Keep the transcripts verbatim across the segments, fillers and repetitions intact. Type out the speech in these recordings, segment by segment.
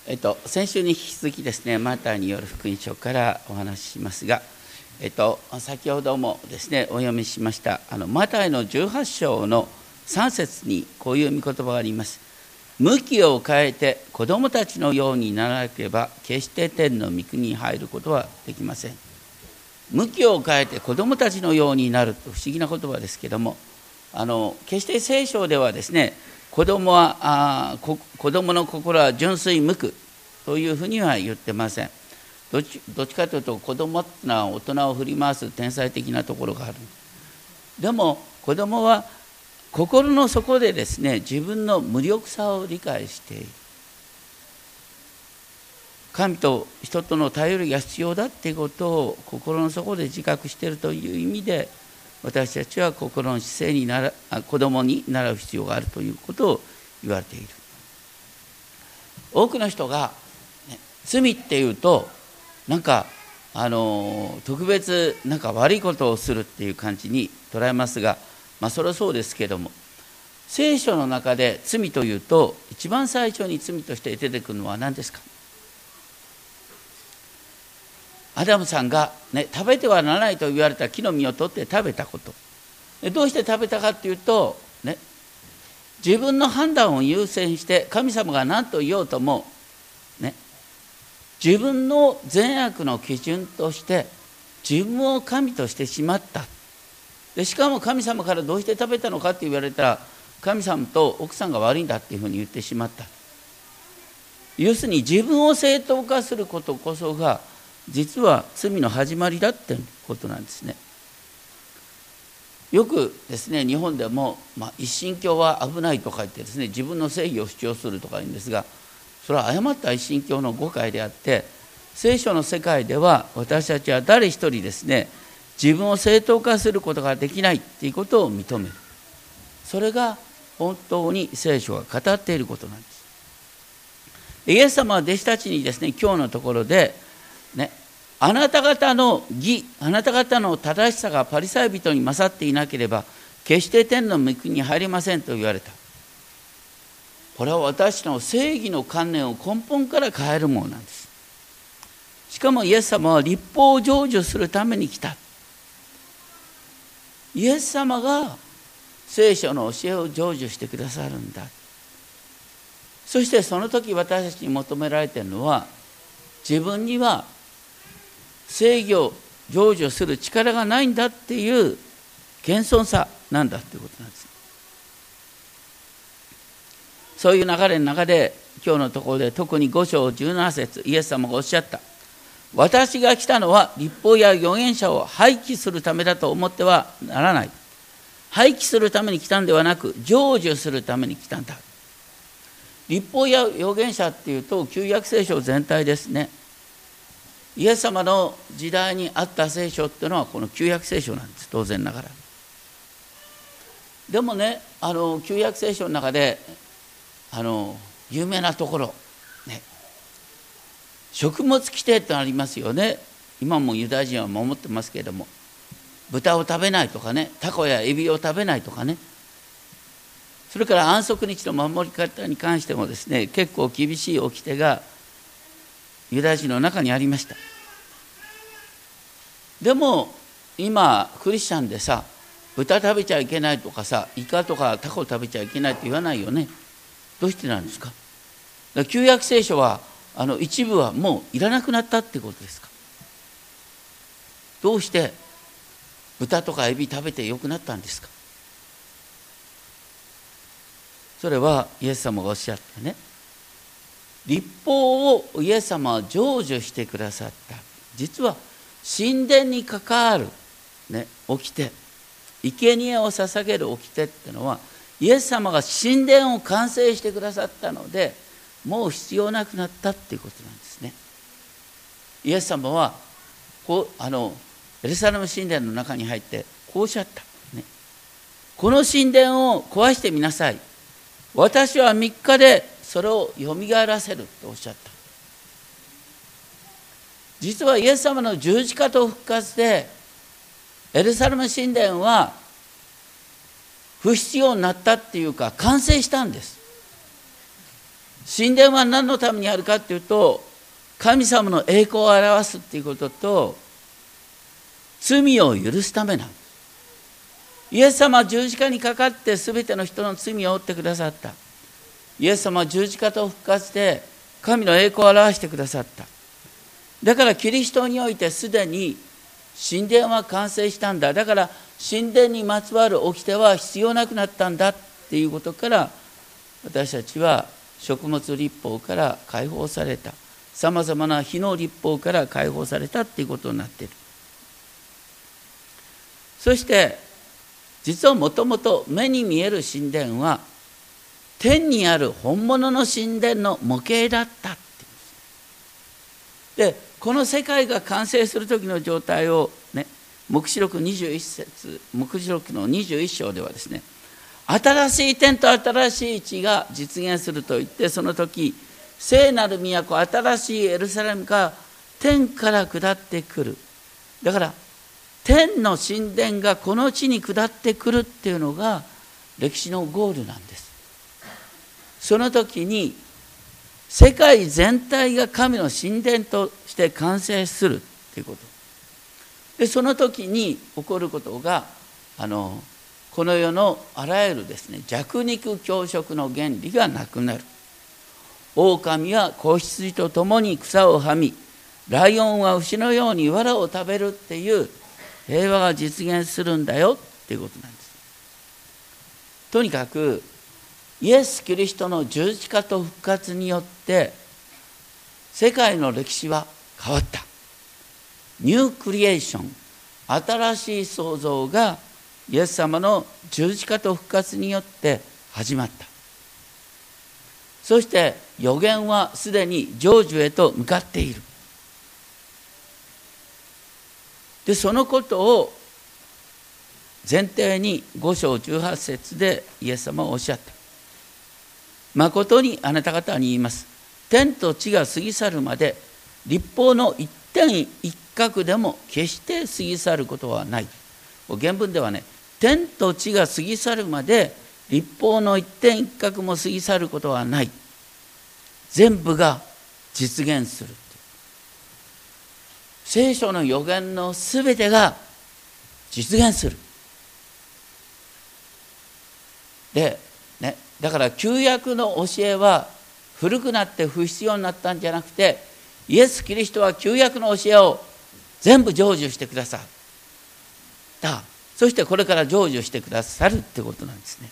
えっと、先週に引き続きですね、マタイによる福音書からお話ししますが、えっと、先ほどもですね、お読みしました、あのマタイのじゅうはち章のさん節にこういう御言葉があります。向きを変えて子どもたちのようにならなければ、決して天の御国に入ることはできません。向きを変えて子どもたちのようになると不思議な言葉ですけども、あの決して聖書ではですね、子供はあ子供の心は純粋無垢というふうには言ってません。どっち、どっちかというと子供ってのは大人を振り回す天才的なところがある。でも子供は心の底でですね、自分の無力さを理解している。神と人との頼りが必要だっていうことを心の底で自覚しているという意味で、私たちは心の姿勢になら子供に習う必要があるということを言われている。多くの人が、ね、罪っていうとなんかあの特別なんか悪いことをするっていう感じに捉えますが、まあそれはそうですけども、聖書の中で罪というと一番最初に罪として出てくるのは何ですか？アダムさんが、ね、食べてはならないと言われた木の実を取って食べたこと。でどうして食べたかっていうと、ね、自分の判断を優先して神様が何と言おうとも、ね、自分の善悪の基準として自分を神としてしまった。でしかも神様からどうして食べたのかって言われたら、神様と奥さんが悪いんだっていうふうに言ってしまった。要するに自分を正当化することこそが実は罪の始まりだってことなんですね。よくですね、日本でも、まあ、一神教は危ないとか言ってですね、自分の正義を主張するとか言うんですが、それは誤った一神教の誤解であって、聖書の世界では私たちは誰一人ですね、自分を正当化することができないということを認める。それが本当に聖書が語っていることなんです。イエス様は弟子たちにですね、今日のところで、ね、あなた方の義、あなた方の正しさがパリサイ人に勝っていなければ、決して天の御国に入りませんと言われた。これは私の正義の観念を根本から変えるものなんです。しかもイエス様は律法を成就するために来た。イエス様が聖書の教えを成就してくださるんだ。そしてその時私たちに求められているのは、自分には正義を成就する力がないんだっていう謙遜さなんだっていうことなんです。そういう流れの中で今日のところで特にご章じゅうなな節、イエス様がおっしゃった。私が来たのは律法や預言者を廃棄するためだと思ってはならない。廃棄するために来たんではなく、成就するために来たんだ。律法や預言者っていうと旧約聖書全体ですね。イエス様の時代にあった聖書っていうのはこの旧約聖書なんです、当然ながら。でもね、あの旧約聖書の中であの有名なところ、ね、食物規定ってありますよね。今もユダヤ人は守ってますけれども、豚を食べないとかね、タコやエビを食べないとかね、それから安息日の守り方に関してもですね、結構厳しい掟がユダヤ人の中にありました。でも今クリスチャンでさ、豚食べちゃいけないとかさ、イカとかタコ食べちゃいけないって言わないよね。どうしてなんですか？だから旧約聖書はあの一部はもういらなくなったってことですか？どうして豚とかエビ食べてよくなったんですか？それはイエス様がおっしゃってね、律法をイエス様は成就してくださった。実は神殿に関わる、ね、掟、生贄を捧げる掟ってのは、イエス様が神殿を完成してくださったので、もう必要なくなったっていうことなんですね。イエス様はこうあのエルサレム神殿の中に入ってこうおっしゃった、ね、この神殿を壊してみなさい。私はみっかでそれをよみがえらせるとおっしゃった。実はイエス様の十字架と復活でエルサレム神殿は不必要になったっていうか完成したんです。 神殿は何のためにあるかっていうと、神様の栄光を表すっていうことと、罪を許すためなんです。イエス様は十字架にかかって全ての人の罪を負ってくださった。イエス様は十字架と復活で神の栄光を表してくださった。だからキリストにおいてすでに神殿は完成したんだ。だから神殿にまつわる掟は必要なくなったんだっていうことから、私たちは食物律法から解放された。さまざまな火の律法から解放されたっていうことになっている。そして実はもともと目に見える神殿は天にある本物の神殿の模型だったっていうんです。でこの世界が完成する時の状態をね、黙示録にじゅういち節、黙示録のにじゅういっ章ではですね、新しい天と新しい地が実現すると言って、その時聖なる都、新しいエルサレムが天から下ってくる。だから天の神殿がこの地に下ってくるっていうのが歴史のゴールなんです。その時に世界全体が神の神殿として完成するっていうことで、その時に起こることがあのこの世のあらゆるですね、弱肉強食の原理がなくなる。狼は子羊と共に草をはみ、ライオンは牛のように藁を食べるっていう平和が実現するんだよっていうことなんです。とにかくイエス・キリストの十字架と復活によって世界の歴史は変わった。ニュークリエーション、新しい創造がイエス様の十字架と復活によって始まった。そして予言はすでに成就へと向かっている。でそのことを前提にご章じゅうはち節でイエス様はおっしゃった。誠にあなた方に言います。天と地が過ぎ去るまで律法の一点一角でも決して過ぎ去ることはない。原文ではね、天と地が過ぎ去るまで律法の一点一角も過ぎ去ることはない。全部が実現する。聖書の予言のすべてが実現する。で、ね、だから旧約の教えは古くなって不必要になったんじゃなくて、イエス・キリストは旧約の教えを全部成就してくださった。そしてこれから成就してくださるってことなんですね。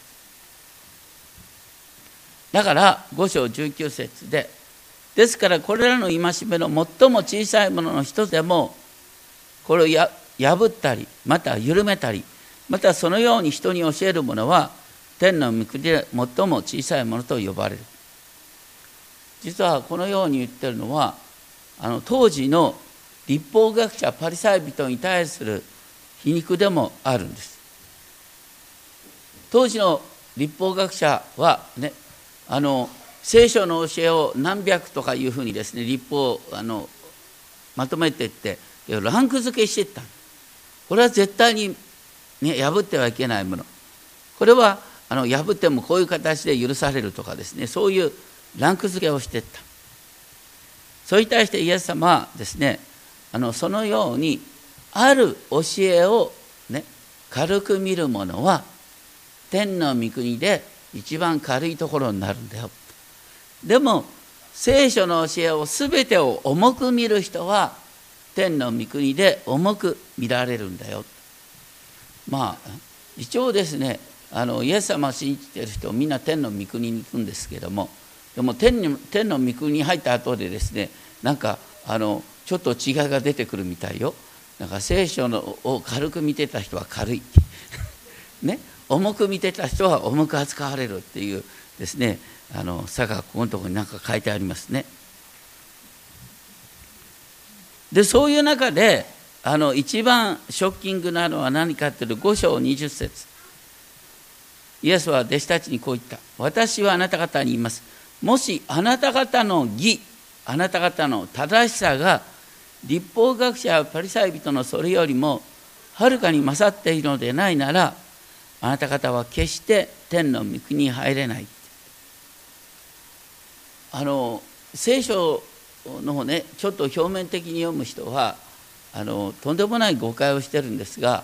だからご章じゅうきゅう節で、ですからこれらの戒めの最も小さいものの一つでもこれをや破ったりまた緩めたり、またそのように人に教えるものは天の御国で最も小さいものと呼ばれる。実はこのように言ってるのは、あの当時の律法学者パリサイ人に対する皮肉でもあるんです。当時の律法学者はね、あの聖書の教えを何百とかいうふうにですね、律法をあのまとめていってランク付けしていった。これは絶対に、ね、破ってはいけないもの。これはあの破ってもこういう形で許されるとかですね、そういうランク付けをしていった。それに対してイエス様はですね、あのそのようにある教えを、ね、軽く見る者は天の御国で一番軽いところになるんだよ。でも聖書の教えを全てを重く見る人は天の御国で重く見られるんだよ。まあ一応ですね、あのイエス様を信じている人みんな天の御国に行くんですけども、でも 天, に天の御国に入った後でですね、なんかあのちょっと違いが出てくるみたいよ。なんか聖書のを軽く見てた人は軽いね、重く見てた人は重く扱われるっていうですね、あの差がここのところに何か書いてありますね。でそういう中であの一番ショッキングなのは何かというとご章にじゅっ節、イエスは弟子たちにこう言った。私はあなた方に言います。もしあなた方の義、あなた方の正しさが律法学者やパリサイ人のそれよりもはるかに勝っているのでないなら、あなた方は決して天の御国に入れない。 あの聖書のねちょっと表面的に読む人はあのとんでもない誤解をしてるんですが、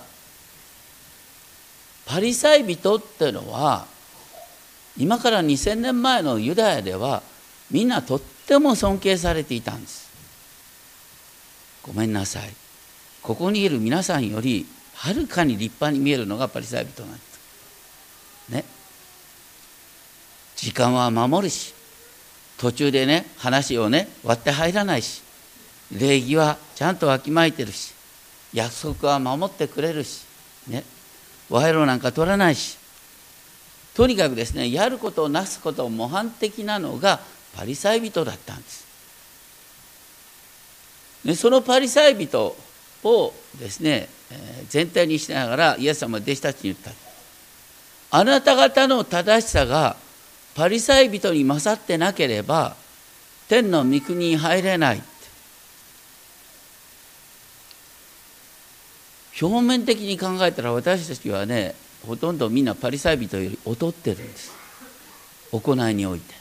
パリサイ人っていうのは今からにせんねんまえのユダヤではみんなとっても尊敬されていたんです。ごめんなさい、ここにいる皆さんよりはるかに立派に見えるのがパリサイ人なんですね。時間は守るし、途中でね話をね割って入らないし、礼儀はちゃんとわきまえてるし、約束は守ってくれるしね、賄賂なんか取らないし、とにかくですねやることをなすことを模範的なのがパリサイ人だったんです。でそのパリサイ人をですね前提にしながらイエス様は弟子たちに言った。あなた方の正しさがパリサイ人に勝ってなければ天の御国に入れない。表面的に考えたら私たちはねほとんどみんなパリサイ人より劣ってるんです、行いにおいて。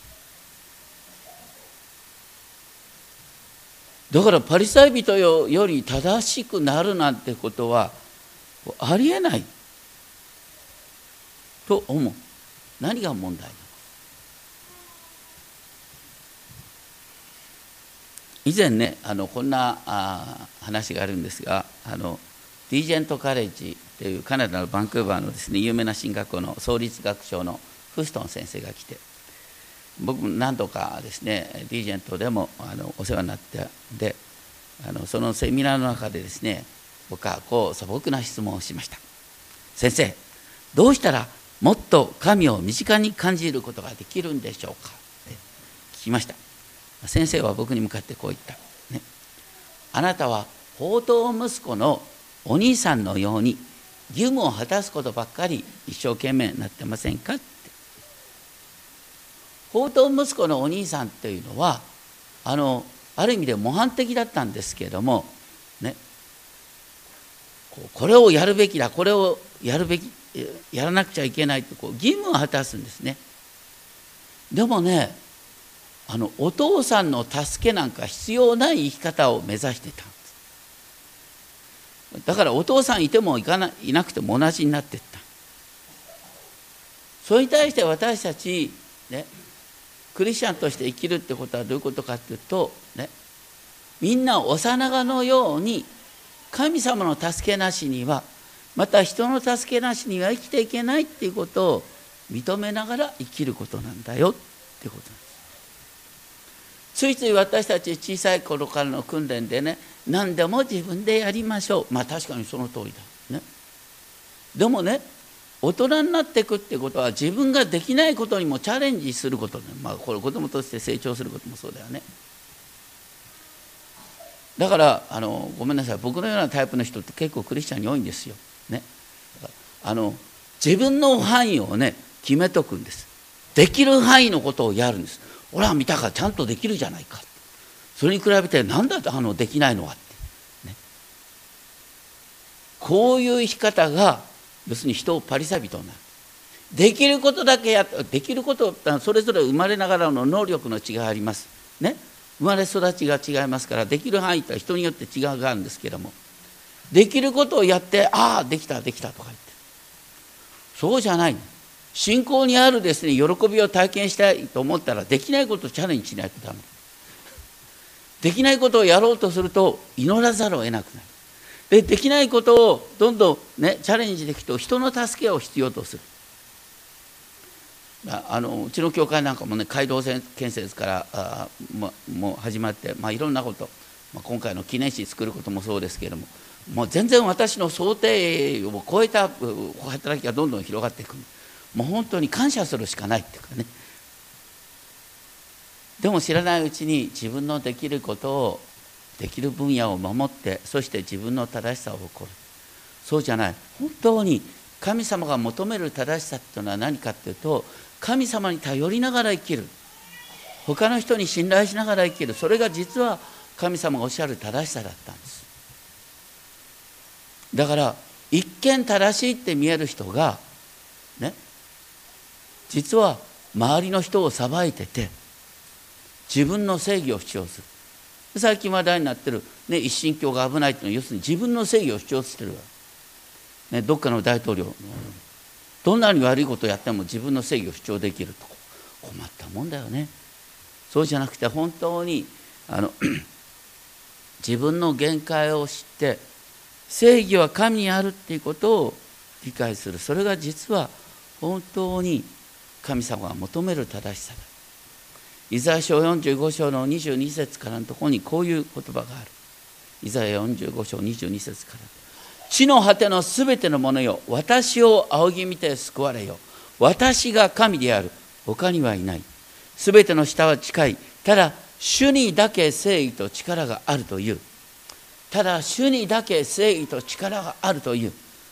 だからパリサイ人より正しくなるなんてことはありえないと思う。何が問題なの？以前ねあのこんなあ話があるんですが、あのディージェントカレッジというカナダのバンクーバーのですね有名な進学校の創立学長のフストン先生が来て、僕も何度かですねディージェントでもあのお世話になってで、あのそのセミナーの中でですね僕はこう素朴な質問をしました。先生、どうしたらもっと神を身近に感じることができるんでしょうかって聞きました。先生は僕に向かってこう言った、ね、あなたは放蕩息子のお兄さんのように義務を果たすことばっかり一生懸命になってませんかって。放蕩息子のお兄さんっていうのはあのある意味で模範的だったんですけれども、ね、これをやるべきだ、これをやるべきやらなくちゃいけないとこう義務を果たすんですね。でもねあのお父さんの助けなんか必要ない生き方を目指してたんです。だからお父さんいてもいかないなくても同じになっていった。それに対して私たち、ね、クリスチャンとして生きるってことはどういうことかというと、ね、みんな幼子のように神様の助けなしにはまた人の助けなしには生きていけないっていうことを認めながら生きることなんだよっていうことなんです。ついつい私たち小さい頃からの訓練でね何でも自分でやりましょう。まあ確かにその通りだ、ね、でもね大人になっていくってことは自分ができないことにもチャレンジすることね、まあこれ子供として成長することもそうだよね。だからあのごめんなさい、僕のようなタイプの人って結構クリスチャンに多いんですよ、ね、あの自分の範囲をね決めとくんです。できる範囲のことをやるんです。ほら見たかちゃんとできるじゃないか、それに比べて何だあのできないのはって、ね、こういう生き方が要するに人をパリサイ人になる。できることだけやってできることそれぞれ生まれながらの能力の違いありますね。生まれ育ちが違いますからできる範囲とは人によって違うがあるんですけども、できることをやってああできたできたとか言ってそうじゃない。信仰にあるですね喜びを体験したいと思ったらできないことをチャレンジしないとダメ。できないことをやろうとすると祈らざるを得なくなる。でできないことをどんどんねチャレンジできると人の助けを必要とする。あのうちの教会なんかもね街道建設からあももう始まって、まあ、いろんなこと、まあ、今回の記念碑作ることもそうですけれども、もう全然私の想定を超えた働きがどんどん広がっていく。もう本当に感謝するしかないっていうかね。でも知らないうちに自分のできることをできる分野を守って、そして自分の正しさを誇る。そうじゃない。本当に神様が求める正しさっていうのは何かっていうと、神様に頼りながら生きる、他の人に信頼しながら生きる、それが実は神様がおっしゃる正しさだったんです。だから一見正しいって見える人がね、実は周りの人を裁いてて、 自分の正義を主張する。最近話題になってる、ね、一神教が危ないというのは要するに自分の正義を主張してるわ、ね、どっかの大統領どんなに悪いことをやっても自分の正義を主張できると困ったもんだよね。そうじゃなくて本当にあの自分の限界を知って正義は神にあるっていうことを理解する。それが実は本当に神様が求める正しさだ。イザヤ書よんじゅうご章のにじゅうに節からのところにこういう言葉がある。イザヤよんじゅうご章にじゅうに節から、地の果てのすべてのものよ、私を仰ぎ見て救われよ。私が神である、他にはいない。すべての下は近い。ただ主にだけ正義と力があるという。ただ主にだけ正義と力があるという。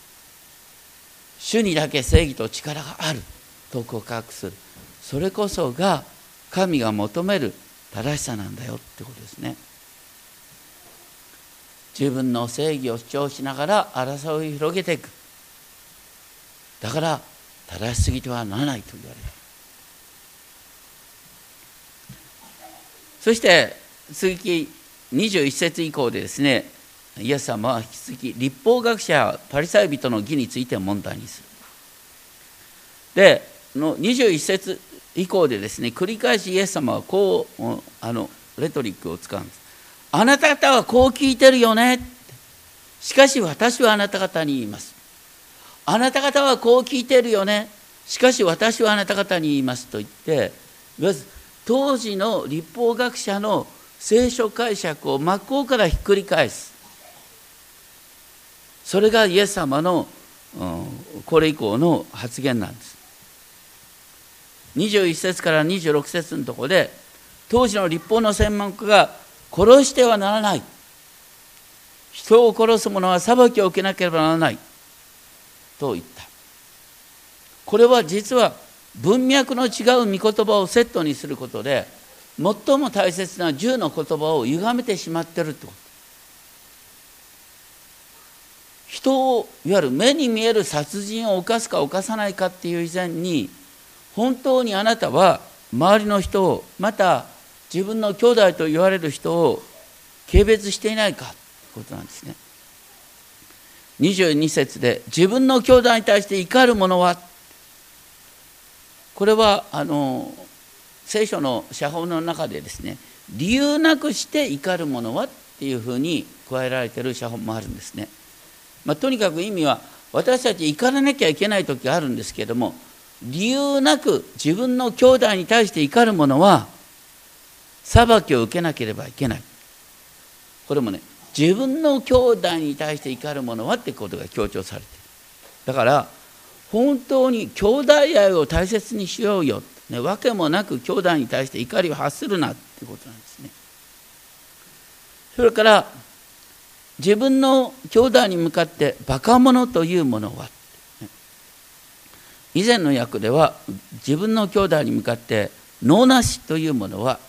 主にだけ正義と力があると告白する。それこそが神が求める正しさなんだよってことですね。自分の正義を主張しながら争いを広げていく。だから正しすぎてはならないと言われる。そして続きにじゅういち節以降でですね、イエス様は引き続き律法学者やパリサイ人の義について問題にする。でのにじゅういち節以降でですね、繰り返しイエス様はこうあのレトリックを使うんです。あなた方はこう聞いてるよね。しかし私はあなた方に言います。あなた方はこう聞いてるよね。しかし私はあなた方に言いますと言って、まず当時の律法学者の聖書解釈を真っ向からひっくり返す。それがイエス様の、うん、これ以降の発言なんです。にじゅういち節からにじゅうろく節のところで、当時の律法の専門家が殺してはならない、人を殺す者は裁きを受けなければならないと言った。これは実は文脈の違う御言葉をセットにすることで、最も大切なじゅうの言葉を歪めてしまっているということ。人をいわゆる目に見える殺人を犯すか犯さないかっていう以前に、本当にあなたは周りの人を、また自分の兄弟と言われる人を軽蔑していないかということなんですね。にじゅうに節で、自分の兄弟に対して怒る者は、これはあの聖書の写本の中でですね、理由なくして怒る者はっていうふうに加えられている写本もあるんですね。まあ、とにかく意味は、私たち怒らなきゃいけない時があるんですけれども、理由なく自分の兄弟に対して怒る者は裁きを受けなければいけない。これもね、自分の兄弟に対して怒る者はってことが強調されている。だから本当に兄弟愛を大切にしようよ、ね、わけもなく兄弟に対して怒りを発するなってことなんですね。それから自分の兄弟に向かってバカ者というものは、以前の訳では自分の兄弟に向かって能なしというものは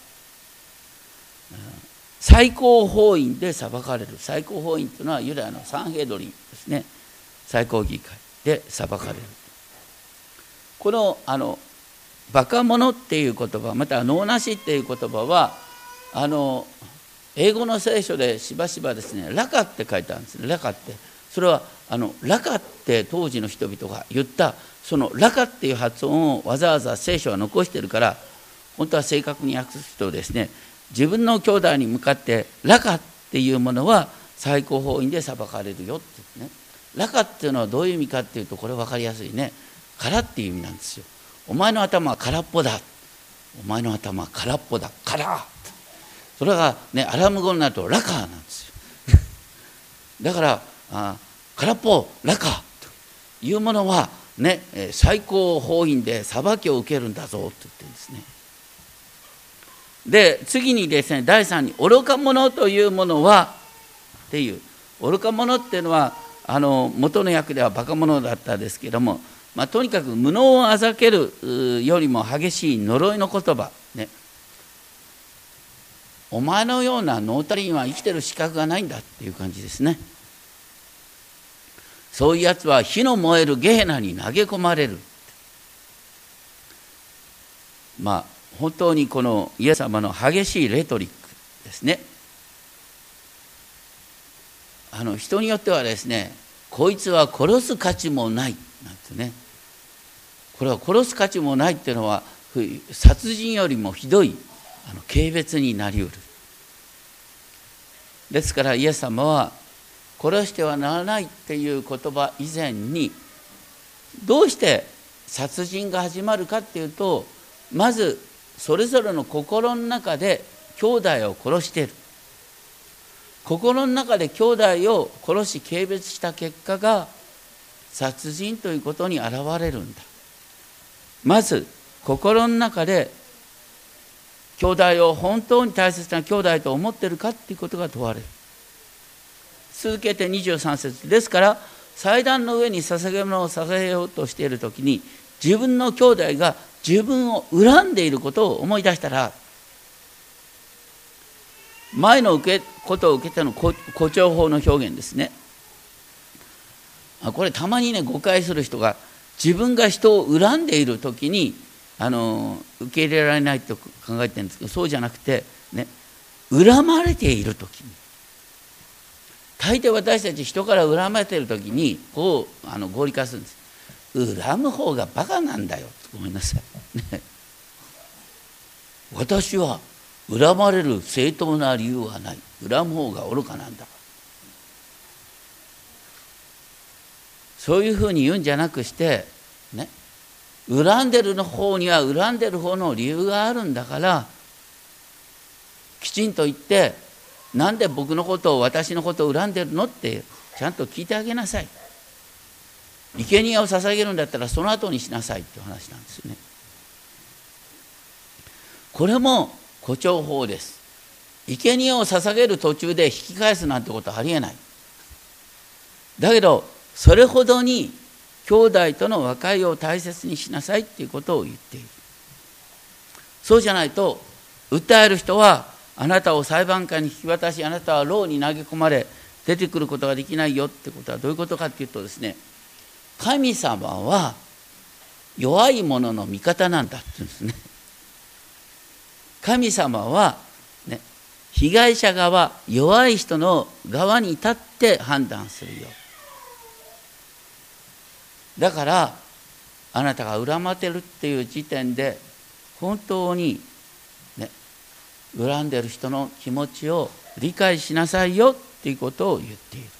最高法院で裁かれる。最高法院というのはユダヤのサンヘドリンですね。最高議会で裁かれる。このあのバカ者っていう言葉、または能なしっていう言葉はあの英語の聖書でしばしばですね、ラカって書いてあるんですね。ラカって、それはあのラカって当時の人々が言ったそのラカっていう発音をわざわざ聖書は残してるから、本当は正確に訳すとですね、自分の兄弟に向かってラカっていうものは最高法院で裁かれるよってね。ラカっていうのはどういう意味かっていうと、これ分かりやすいね。空っていう意味なんですよ。お前の頭は空っぽだ。お前の頭は空っぽだ。空。それがね、アラム語になるとラカーなんですよ。だからあ空っぽラカーというものはね、最高法院で裁きを受けるんだぞと言ってるんですね。で次にですね、だいさんに愚か者というものはっていう、愚か者っていうのはあの元の訳ではバカ者だったんですけども、まあ、とにかく無能をあざけるよりも激しい呪いの言葉ね。お前のようなノータリンは生きてる資格がないんだっていう感じですね。そういうやつは火の燃えるゲヘナに投げ込まれる。まあ本当にこのイエス様の激しいレトリックですね。あの人によってはですね、こいつは殺す価値もないなんてね、これは殺す価値もないっていうのは殺人よりもひどいあの軽蔑になりうる。ですからイエス様は殺してはならないっていう言葉以前に、どうして殺人が始まるかっていうと、まずそれぞれの心の中で兄弟を殺している。心の中で兄弟を殺し軽蔑した結果が殺人ということに現れるんだ。まず心の中で兄弟を本当に大切な兄弟と思っているかっていうことが問われる。続けてにじゅうさん節ですから、祭壇の上に捧げ物を捧げようとしているときに、自分の兄弟が自分を恨んでいることを思い出したら、前の受けことを受けての誇張法の表現ですね。これたまにね誤解する人が、自分が人を恨んでいるときにあの受け入れられないと考えてるんですけど、そうじゃなくてね、恨まれているときに、大抵私たち人から恨まれているときにこうあの合理化するんです。恨む方がバカなんだよ。ごめんなさい、ね、私は恨まれる正当な理由はない。恨む方が愚かなんだ。そういうふうに言うんじゃなくしてね、恨んでるの方には恨んでる方の理由があるんだから、きちんと言って、なんで僕のことを私のことを恨んでるのってちゃんと聞いてあげなさい。生贄を捧げるんだったらその後にしなさいっていう話なんですよね。これも誇張法です。生贄を捧げる途中で引き返すなんてことはありえない。だけどそれほどに兄弟との和解を大切にしなさいっていうことを言っている。そうじゃないと訴える人はあなたを裁判官に引き渡し、あなたは牢に投げ込まれ出てくることができないよってことはどういうことかっていうとですね、神様は弱い者の味方なんだって言うんですね。神様は、ね、被害者側、弱い人の側に立って判断するよ。だからあなたが恨まれてるっていう時点で本当に、ね、恨んでる人の気持ちを理解しなさいよっていうことを言っている。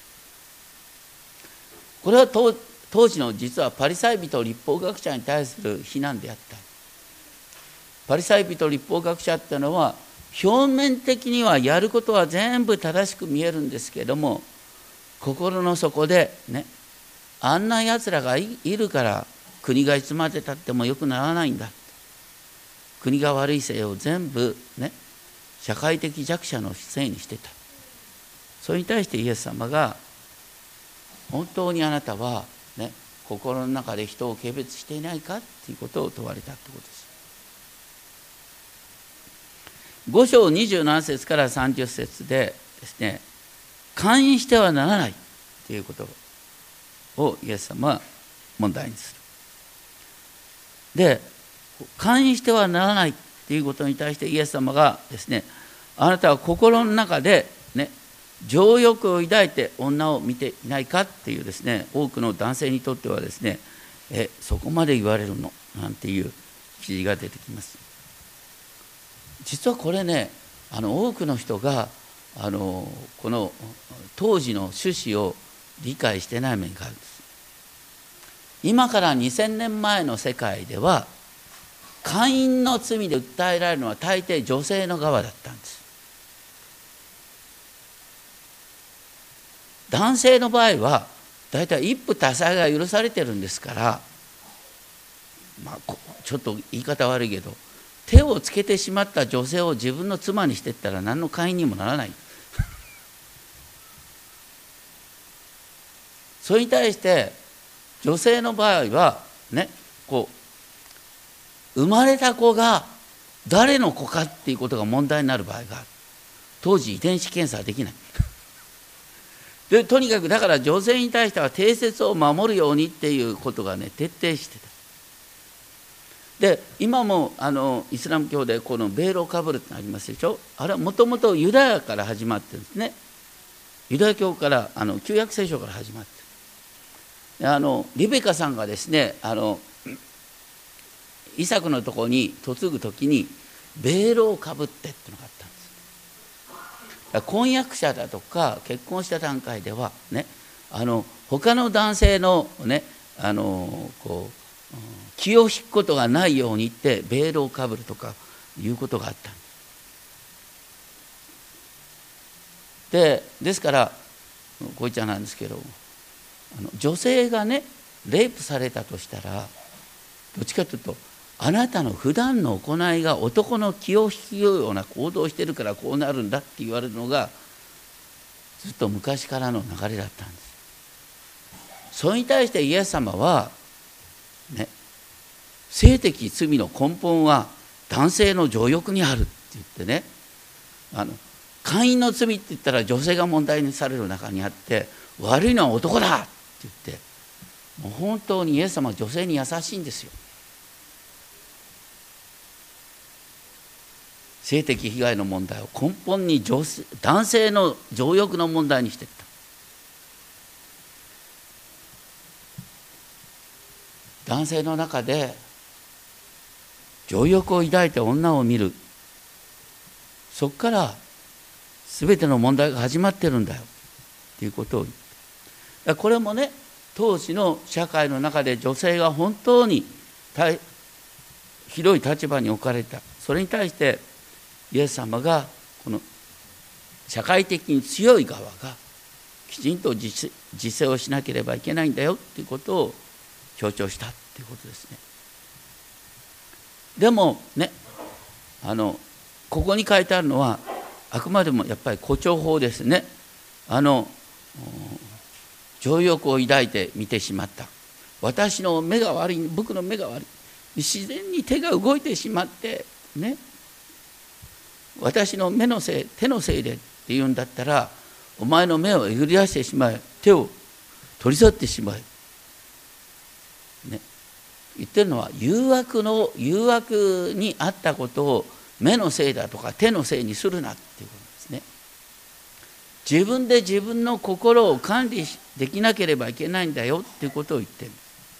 これは当当時の実はパリサイ人立法学者に対する非難であった。パリサイ人立法学者っていうのは表面的にはやることは全部正しく見えるんですけれども、心の底でね、あんなやつらが い, いるから国がいつまでたってもよくならないんだ。国が悪いせいを全部ね、社会的弱者のせいにしてた。それに対してイエス様が、本当にあなたはね、心の中で人を軽蔑していないかということを問われたということです。ご章にじゅうなな節からさんじゅっ節でですね、姦淫してはならないということをイエス様は問題にする。で、姦淫してはならないということに対してイエス様がですね、あなたは心の中でね、情欲を抱いて女を見ていないかっていうですね、多くの男性にとってはですね、えそこまで言われるのなんていう記事が出てきます。実はこれね、あの多くの人があのこの当時の趣旨を理解してない面があるんです。今からにせんねんまえの世界では姦淫の罪で訴えられるのは大抵女性の側だったんです。男性の場合は大体一夫多妻が許されてるんですから、まあ、ちょっと言い方悪いけど、手をつけてしまった女性を自分の妻にしていったら何の姦淫にもならない。それに対して女性の場合はね、こう生まれた子が誰の子かっていうことが問題になる場合がある。当時遺伝子検査はできない。でとにかくだから女性に対しては定節を守るようにっていうことがね徹底してた。 で今もあのイスラム教でこのベールをかぶるってありますでしょ。あれはもともとユダヤから始まってるんですね。ユダヤ教からあの旧約聖書から始まってる。あのリベカさんがですねあのイサクのところに嫁ぐ時にベールをかぶってっていうのがあったんです。だから婚約者だとか結婚した段階ではねあの他の男性のねあのこう気を引くことがないようにってベールをかぶるとかいうことがあったんです。でですからこういっちゃなんですけどあの女性がねレイプされたとしたらどっちかというとあなたの普段の行いが男の気を引くような行動をしてるからこうなるんだって言われるのがずっと昔からの流れだったんです。それに対してイエス様はね性的罪の根本は男性の情欲にあるって言ってねあの姦淫の罪って言ったら女性が問題にされる中にあって悪いのは男だって言ってもう本当にイエス様は女性に優しいんですよ。性的被害の問題を根本に女性男性の情欲の問題にしていった。男性の中で情欲を抱いて女を見るそこから全ての問題が始まってるんだよっていうことを言った。これもね当時の社会の中で女性が本当にひどい立場に置かれた。それに対してイエス様がこの社会的に強い側がきちんと自制をしなければいけないんだよっていうことを強調したっていうことですね。でもねあのここに書いてあるのはあくまでもやっぱり誇張法ですね。あの情欲を抱いて見てしまった。私の目が悪い、僕の目が悪い。自然に手が動いてしまってね。私の目のせい、手のせいでって言うんだったら、お前の目をえぐり出してしまえ、手を取り去ってしまえ。ね、言ってるのは誘惑の誘惑にあったことを目のせいだとか手のせいにするなっていうことですね。自分で自分の心を管理できなければいけないんだよっていうことを言ってる。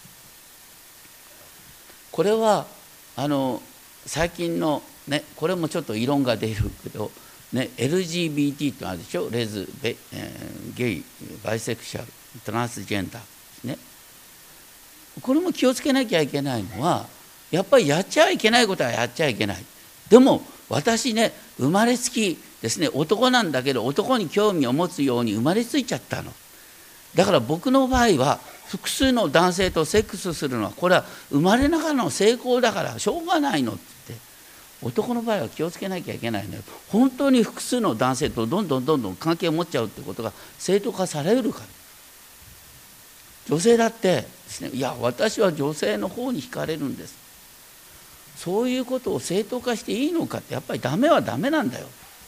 これはあの最近のねこれもちょっと異論が出るけど、ね、エルジービーティー ってあるでしょ。レズ、ベ、えー、ゲイ、バイセクシャル、トランスジェンダーですね。これも気をつけなきゃいけないのはやっぱりやっちゃいけないことはやっちゃいけない。でも私ね生まれつきですね男なんだけど男に興味を持つように生まれついちゃったの。だから僕の場合は複数の男性とセックスするのはこれは生まれながらの成功だからしょうがないのって言って、男の場合は気をつけなきゃいけないのよ。本当に複数の男性とどんどんどんどん関係を持っちゃうってことが正当化されるから。女性だってですね、いや私は女性の方に惹かれるんです、そういうことを正当化していいのかって、やっぱりダメはダメなんだよ。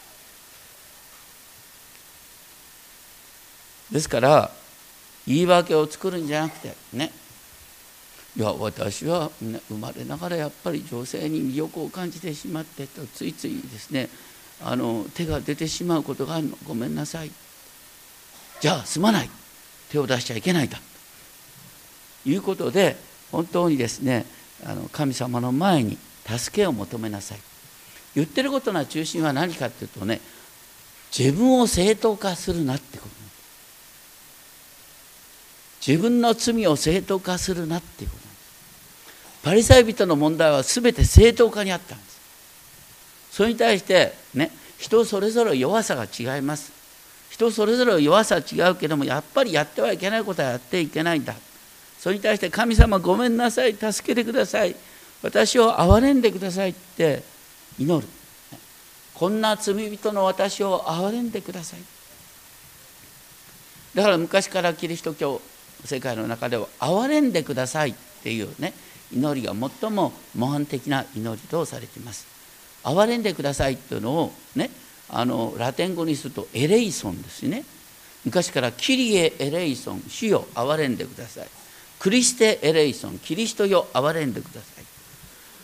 ですから言い訳を作るんじゃなくてね、いや私は、ね、生まれながらやっぱり女性に魅力を感じてしまってとついついですねあの手が出てしまうことがあるの、ごめんなさい、じゃあすまない、手を出しちゃいけないだということで、本当にですねあの神様の前に助けを求めなさい。言ってることの中心は何かっていうとね、自分を正当化するなってこと、自分の罪を正当化するなっていうことなんです。パリサイ人の問題は全て正当化にあったんです。それに対してね、人それぞれ弱さが違います。人それぞれ弱さは違うけども、やっぱりやってはいけないことはやっていけないんだ。それに対して神様ごめんなさい、助けてください、私を憐れんでくださいって祈る。こんな罪人の私を憐れんでください。だから昔からキリスト教世界の中では憐れんでくださいっていうね祈りが最も模範的な祈りとされています。憐れんでくださいっていうのをね、あのラテン語にするとエレイソンですね。昔からキリエエレイソン、主よ憐れんでください、クリステエレイソン、キリストよ憐れんでください。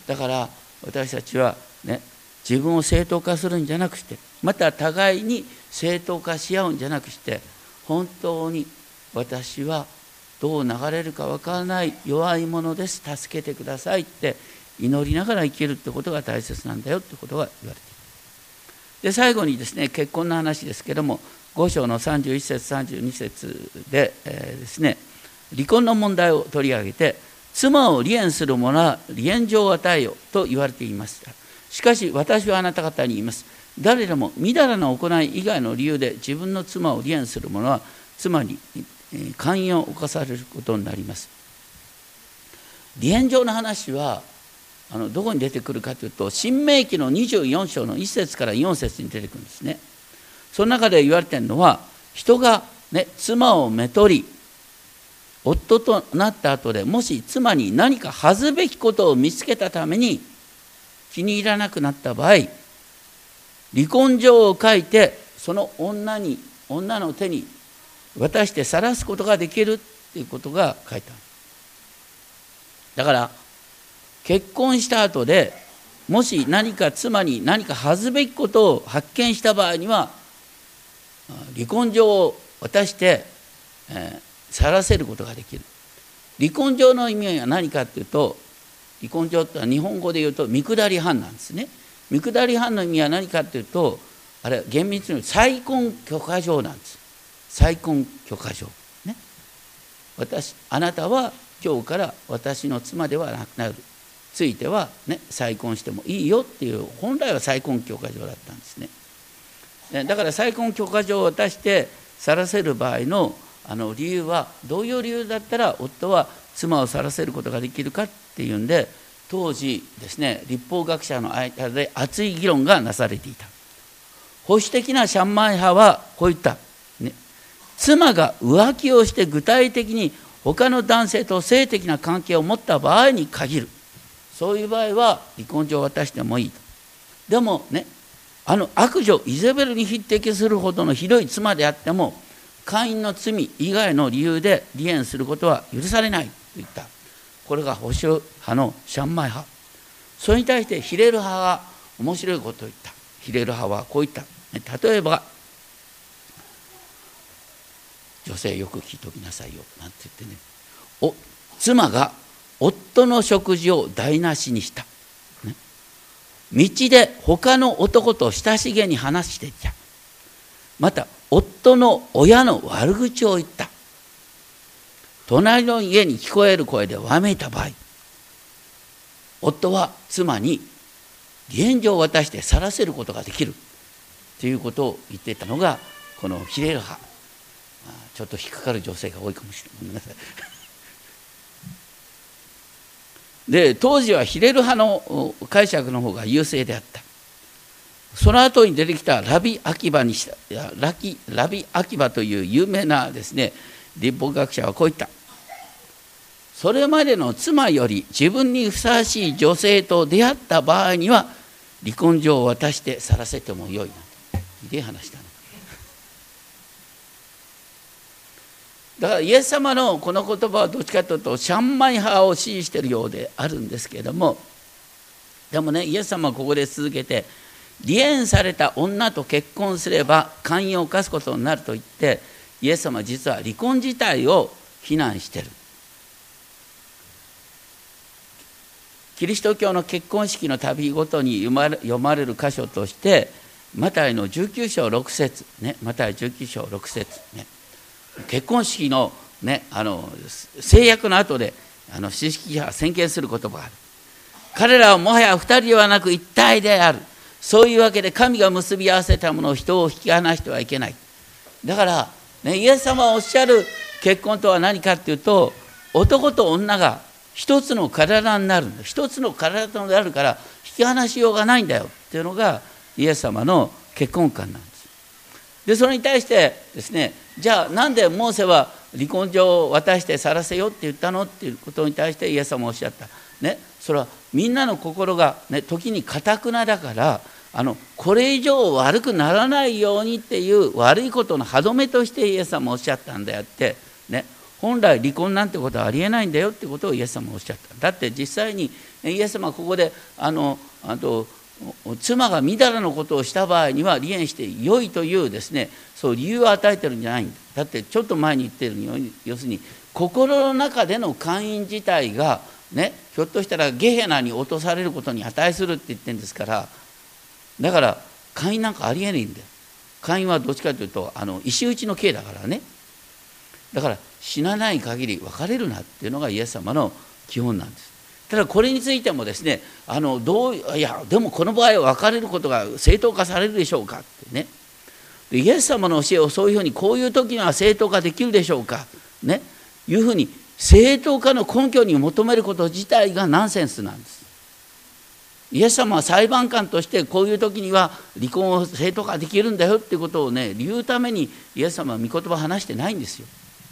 だから私たちはね、自分を正当化するんじゃなくして、また互いに正当化し合うんじゃなくして、本当に私はどう流れるか分からない弱いものです、助けてくださいって祈りながら生きるってことが大切なんだよってことが言われている。で最後にですね、結婚の話ですけども、ご章のさんじゅういっ節さんじゅうに節で、えー、ですね、離婚の問題を取り上げて、妻を離縁する者は離縁状を与えよと言われていました。しかし私はあなた方に言います。誰でもみだらな行い以外の理由で自分の妻を離縁する者は妻に姦淫を犯されることになります。離縁状の話はあのどこに出てくるかというと、申命記のにじゅうよん章のいっ節からよん節に出てくるんですね。その中で言われているのは、人が、ね、妻をめとり夫となった後で、もし妻に何か恥ずべきことを見つけたために気に入らなくなった場合、離婚状を書いてその女に女の手に渡して晒すことができるっていうことが書いてある。だから結婚した後でもし何か妻に何か恥ずべきことを発見した場合には、離婚状を渡して、えー晒せることができる。離婚状の意味は何かというと、離婚状とは日本語で言うと見下り判なんですね。見下り判の意味は何かというと、あれ厳密に言うと再婚許可状なんです。再婚許可状、ね、私あなたは今日から私の妻ではなくなる、ついては、ね、再婚してもいいよっていう、本来は再婚許可状だったんですね。だから再婚許可状を渡して晒せる場合のあの理由は、どういう理由だったら夫は妻を晒せることができるかっていうんで、当時ですね、立法学者の間で熱い議論がなされていた。保守的なシャンマイ派はこう言った、ね、妻が浮気をして具体的に他の男性と性的な関係を持った場合に限る、そういう場合は離婚状を渡してもいいと。でもね、あの悪女イゼベルに匹敵するほどのひどい妻であっても、姦淫の罪以外の理由で離縁することは許されないと言った。これが保守派のシャンマイ派。それに対してヒレル派は面白いことを言った。ヒレル派はこう言った。例えば、女性よく聞いておきなさいよなんて言ってね、お妻が夫の食事を台無しにした、ね、道で他の男と親しげに話していた、また夫の親の悪口を言った、隣の家に聞こえる声でわめいた場合、夫は妻に離縁状を渡して晒せることができるということを言っていたのがこのヒレル派。ちょっと引っかかる女性が多いかもしれない。ごめんなさい。で、当時はヒレル派の解釈の方が優勢であった。その後に出てきたラビ・アキバにしたラキラビ・アキバという有名なですね、立法学者はこう言った。それまでの妻より自分にふさわしい女性と出会った場合には離婚状を渡して晒せてもよいなとひでえ話だね。だからイエス様のこの言葉はどっちかというとシャンマイ派を支持しているようであるんですけれども、でもね、イエス様はここで続けて、離縁された女と結婚すれば姦淫を犯すことになると言って、イエス様は実は離婚自体を非難している。キリスト教の結婚式の旅ごとに読まれ、読まれる箇所としてマタイのじゅうきゅう章ろく節ね、マタイじゅうきゅう章ろく節ね、結婚式のね、あの制約の後であの知識者は宣言する言葉がある。彼らはもはや二人ではなく一体である。そういうわけで神が結び合わせたものを人を引き離してはいけない。だから、ね、イエス様がおっしゃる結婚とは何かっていうと、男と女が一つの体になるんだ。一つの体になるから引き離しようがないんだよっていうのがイエス様の結婚観なんです。で、それに対してですね、じゃあなんでモーセは離婚状を渡して晒せよって言ったのっていうことに対してイエス様はおっしゃった。ね、それはみんなの心が、ね、時に堅くなだからあのこれ以上悪くならないようにっていう悪いことの歯止めとしてイエス様はおっしゃったんであって、ね、本来離婚なんてことはありえないんだよってことをイエス様はおっしゃった。だって実際にイエス様はここであのあと妻がみだらのことをした場合には離縁して良いというですね、そう理由を与えてるんじゃないんだ。だってちょっと前に言ってるように、要するに心の中での姦淫自体がね、ひょっとしたらゲヘナに落とされることに値するって言ってるんですから、だから姦淫なんかありえないんだよ。姦淫はどっちかというとあの石打ちの刑だからね。だから死なない限り別れるなっていうのがイエス様の基本なんです。ただこれについてもですね、あのどういやでもこの場合は別れることが正当化されるでしょうかってね、イエス様の教えをそういうふうにこういう時には正当化できるでしょうかね、いうふうに正当化の根拠に求めること自体がナンセンスなんです。イエス様は裁判官としてこういう時には離婚を正当化できるんだよっていうことをね言うためにイエス様は御言葉を話してないんですよ。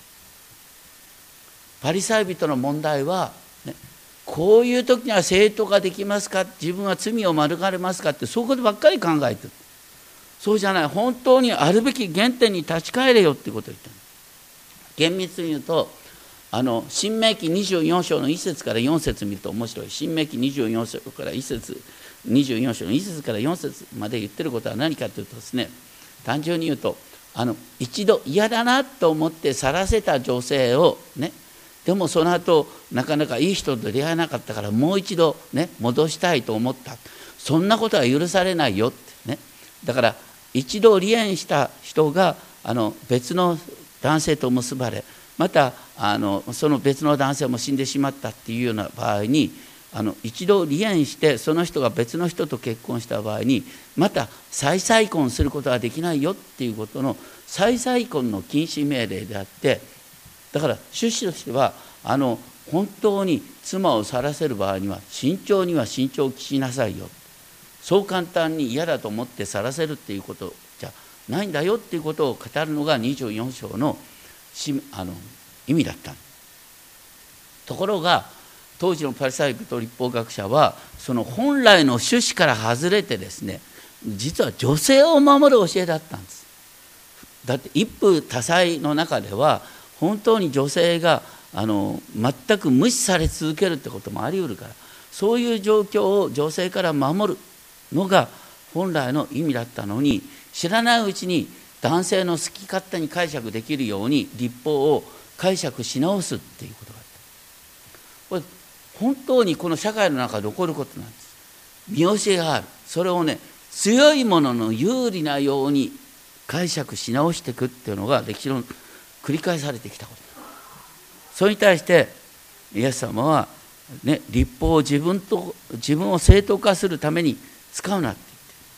パリサイ人の問題は、ね、こういう時には正当化できますか、自分は罪を免れますかってそういうことばっかり考えてる。そうじゃない、本当にあるべき原点に立ち返れよっていうことを言ってる。厳密に言うとあの新明記にじゅうよん章のいっ節からよん節見ると面白い。新明記にじゅうよん章からいっ節、にじゅうよん章のいっ節からよん節まで言ってることは何かというとですね、単純に言うとあの一度嫌だなと思って去らせた女性をね、でもその後なかなかいい人と出会えなかったからもう一度ね戻したいと思った、そんなことは許されないよってね。だから一度離縁した人があの別の男性と結ばれ、またあのその別の男性も死んでしまったっていうような場合に、あの一度離縁してその人が別の人と結婚した場合にまた再再婚することはできないよっていうことの再再婚の禁止命令であって、だから趣旨としてはあの本当に妻を去らせる場合には慎重には慎重を期しなさいよ、そう簡単に嫌だと思って去らせるっていうことじゃないんだよっていうことを語るのがにじゅうよん章のあの意味だった。ところが当時のパリサイ人立法学者はその本来の趣旨から外れてですね、実は女性を守る教えだったんです。だって一夫多妻の中では本当に女性があの全く無視され続けるってこともあり得るから、そういう状況を女性から守るのが本来の意味だったのに、知らないうちに男性の好き勝手に解釈できるように律法を解釈し直すっていうことがあった。これ本当にこの社会の中で起こることなんです。見教えがある、それをね強いものの有利なように解釈し直していくっていうのが歴史の繰り返されてきたこと。それに対してイエス様は、ね、律法を自分と自分を正当化するために使うなって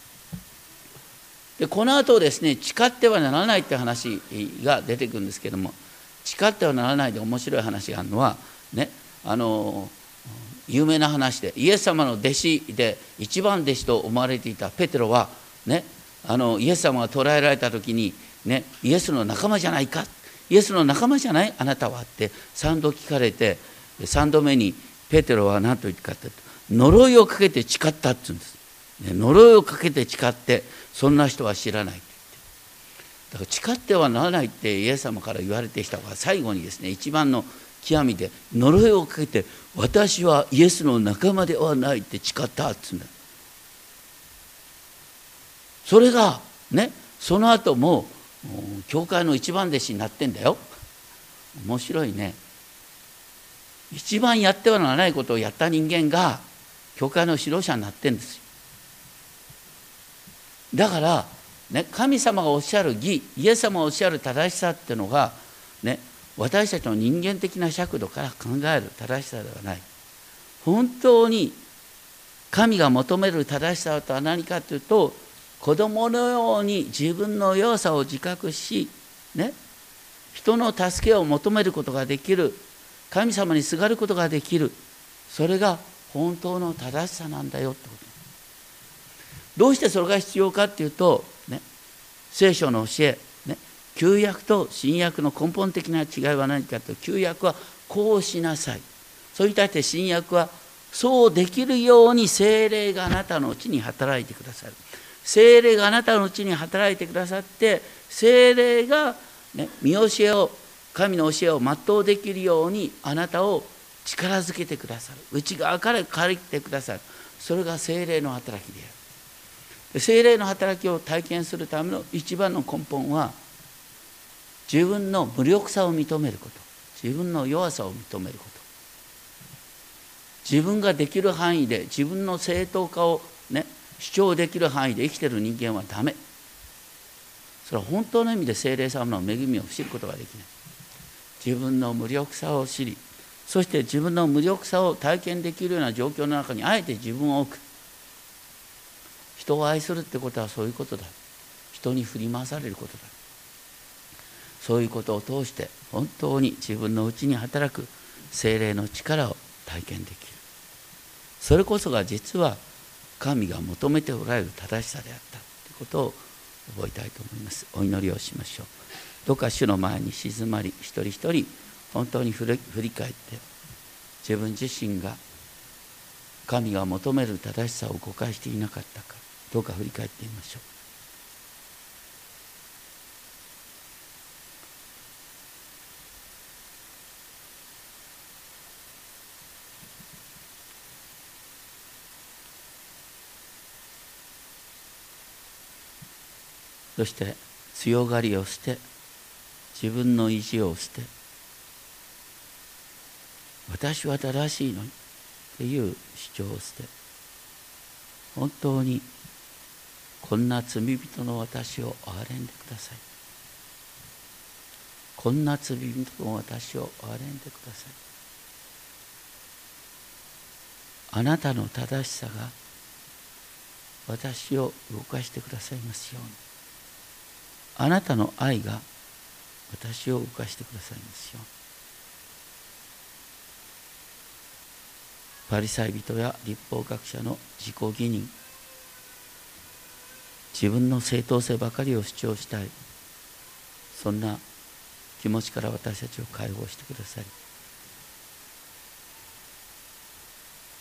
言って、でこの後ですね、誓ってはならないって話が出てくるんですけども、誓ってはならないで面白い話があるのはね、あの有名な話で、イエス様の弟子で一番弟子と思われていたペテロはね、あのイエス様が捕らえられた時にね、イエスの仲間じゃないか、イエスの仲間じゃないあなたはって三度聞かれて、三度目にペテロは何と言ったかというと、呪いをかけて誓ったって言うんです、ね、呪いをかけて誓ってそんな人は知らないって言って、だから誓ってはならないってイエス様から言われてきたのが最後にですね、一番の極みで呪いをかけて私はイエスの仲間ではないって誓ったって言うんだ。それがね、その後も教会の一番弟子になってんだよ。面白いね。一番やってはならないことをやった人間が教会の指導者になってんですよ。だからね、神様がおっしゃる義、イエス様がおっしゃる正しさっていうのがね、私たちの人間的な尺度から考える正しさではない。本当に神が求める正しさとは何かというと、子供のように自分の弱さを自覚し、ね、人の助けを求めることができる、神様にすがることができる、それが本当の正しさなんだよってこと。どうしてそれが必要かっていうと、ね、聖書の教え、ね、旧約と新約の根本的な違いは何かというと、旧約はこうしなさい、それに対して新約はそうできるように聖霊があなたのうちに働いてくださる。聖霊があなたのうちに働いてくださって、聖霊が、ね、見教えを、神の教えを全うできるようにあなたを力づけてくださる、内側から借りてくださる、それが聖霊の働きである。聖霊の働きを体験するための一番の根本は、自分の無力さを認めること、自分の弱さを認めること、自分ができる範囲で自分の正当化を、ね、主張できる範囲で生きている人間はダメ。それは本当の意味で聖霊様の恵みを知ることができない。自分の無力さを知り、そして自分の無力さを体験できるような状況の中にあえて自分を置く。人を愛するってことはそういうことだ。人に振り回されることだ。そういうことを通して本当に自分の内に働く聖霊の力を体験できる。それこそが実は神が求めておられる正しさであったということを覚えたいと思います。お祈りをしましょう。どうか主の前に静まり、一人一人本当に振り返って、自分自身が神が求める正しさを誤解していなかったか、どうか振り返ってみましょう。そして強がりを捨て、自分の意地を捨て、私は正しいのにという主張を捨て、本当にこんな罪人の私を憐れんでください。こんな罪人の私を憐れんでください。あなたの正しさが私を動かしてくださいますように。あなたの愛が私を動かしてくださいますように。パリサイ人や律法学者の自己義認、自分の正当性ばかりを主張したい、そんな気持ちから私たちを解放してくださり、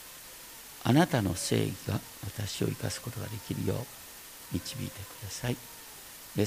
あなたの正義が私を生かすことができるよう導いてください。